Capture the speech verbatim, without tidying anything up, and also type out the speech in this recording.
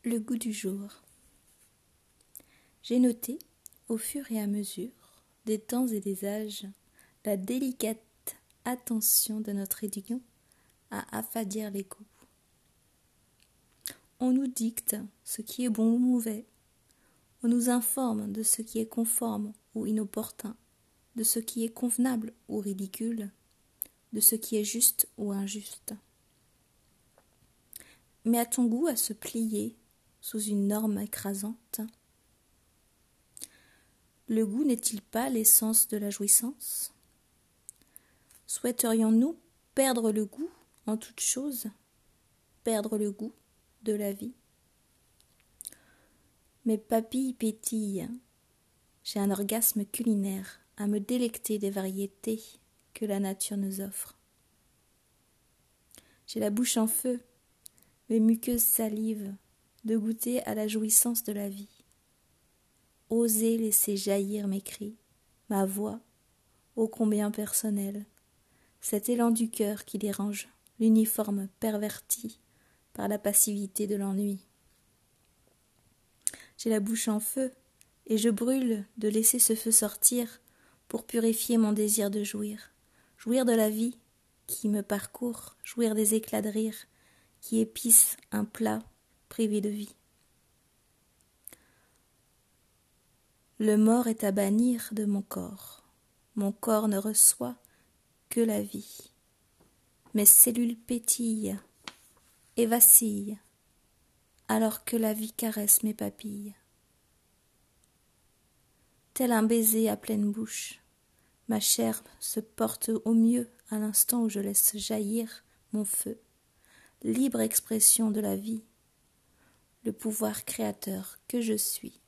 Le goût du jour. J'ai noté, au fur et à mesure des temps et des âges, la délicate attention de notre éducation à affadir les goûts. On nous dicte ce qui est bon ou mauvais, on nous informe de ce qui est conforme ou inopportun, de ce qui est convenable ou ridicule, de ce qui est juste ou injuste. Mais a-t-on goût à se plier sous une norme écrasante? Le goût n'est-il pas l'essence de la jouissance? Souhaiterions-nous perdre le goût en toute chose, perdre le goût de la vie? Mes papilles pétillent, j'ai un orgasme culinaire à me délecter des variétés que la nature nous offre. J'ai la bouche en feu, mes muqueuses salivent de goûter à la jouissance de la vie. Oser laisser jaillir mes cris, ma voix, ô combien personnelle, cet élan du cœur qui dérange l'uniforme perverti par la passivité de l'ennui. J'ai la bouche en feu, et je brûle de laisser ce feu sortir pour purifier mon désir de jouir, jouir de la vie qui me parcourt, jouir des éclats de rire qui épicent un plat privé de vie. Le mort est à bannir de mon corps, mon corps ne reçoit que la vie. Mes cellules pétillent et vacillent, alors que la vie caresse mes papilles. Tel un baiser à pleine bouche, ma chair se porte au mieux à l'instant où je laisse jaillir mon feu, libre expression de la vie, le pouvoir créateur que je suis.